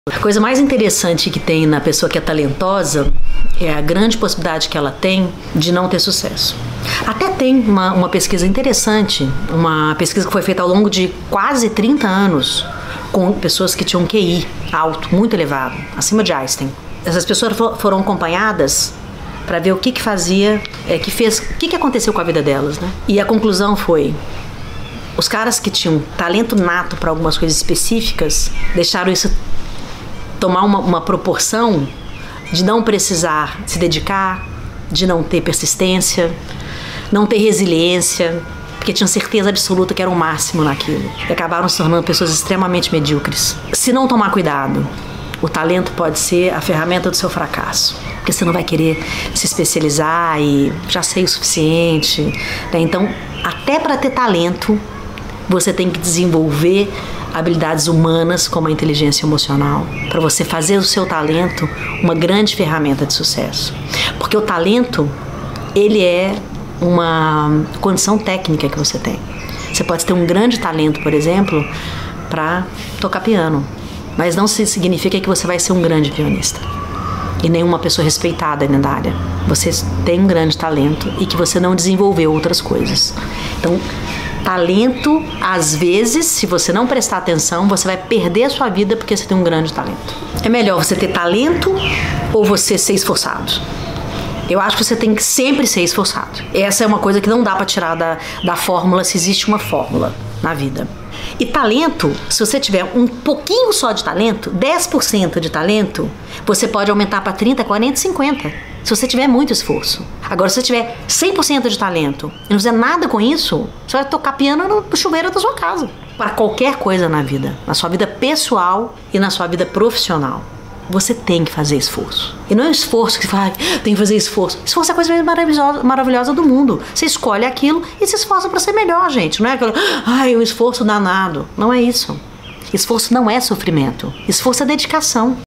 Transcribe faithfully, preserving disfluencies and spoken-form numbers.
A coisa mais interessante que tem na pessoa que é talentosa é a grande possibilidade que ela tem de não ter sucesso. Até tem uma, uma pesquisa interessante, uma pesquisa que foi feita ao longo de quase trinta anos com pessoas que tinham Q I alto, muito elevado, acima de Einstein. Essas pessoas foram acompanhadas para ver o que que fazia, é, que fez, o que que aconteceu com a vida delas, né? E a conclusão foi: os caras que tinham talento nato para algumas coisas específicas deixaram isso tomar uma, uma proporção de não precisar se dedicar, de não ter persistência, não ter resiliência, porque tinham certeza absoluta que era o máximo naquilo. E acabaram se tornando pessoas extremamente medíocres. Se não tomar cuidado, o talento pode ser a ferramenta do seu fracasso, porque você não vai querer se especializar e já sei o suficiente, né? Então, até para ter talento, você tem que desenvolver habilidades humanas como a inteligência emocional, para você fazer do seu talento uma grande ferramenta de sucesso. Porque o talento, ele é uma condição técnica que você tem. Você pode ter um grande talento, por exemplo, para tocar piano, mas não significa que você vai ser um grande pianista e nenhuma pessoa respeitada na área. Você tem um grande talento e que você não desenvolveu outras coisas. Então, talento, às vezes, se você não prestar atenção, você vai perder a sua vida porque você tem um grande talento. É melhor você ter talento ou você ser esforçado? Eu acho que você tem que sempre ser esforçado. Essa é uma coisa que não dá para tirar da, da fórmula, se existe uma fórmula na vida. E talento, se você tiver um pouquinho só de talento, dez por cento de talento, você pode aumentar para trinta, quarenta, cinquenta, se você tiver muito esforço. Agora, se você tiver cem por cento de talento e não fizer nada com isso, você vai tocar piano no chuveiro da sua casa. Para qualquer coisa na vida, na sua vida pessoal e na sua vida profissional, você tem que fazer esforço. E não é um esforço que você fala, tem que fazer esforço. Esforço é a coisa mais maravilhosa, maravilhosa do mundo. Você escolhe aquilo e se esforça para ser melhor, gente. Não é aquilo, ai, um esforço danado. Não é isso. Esforço não é sofrimento. Esforço é dedicação.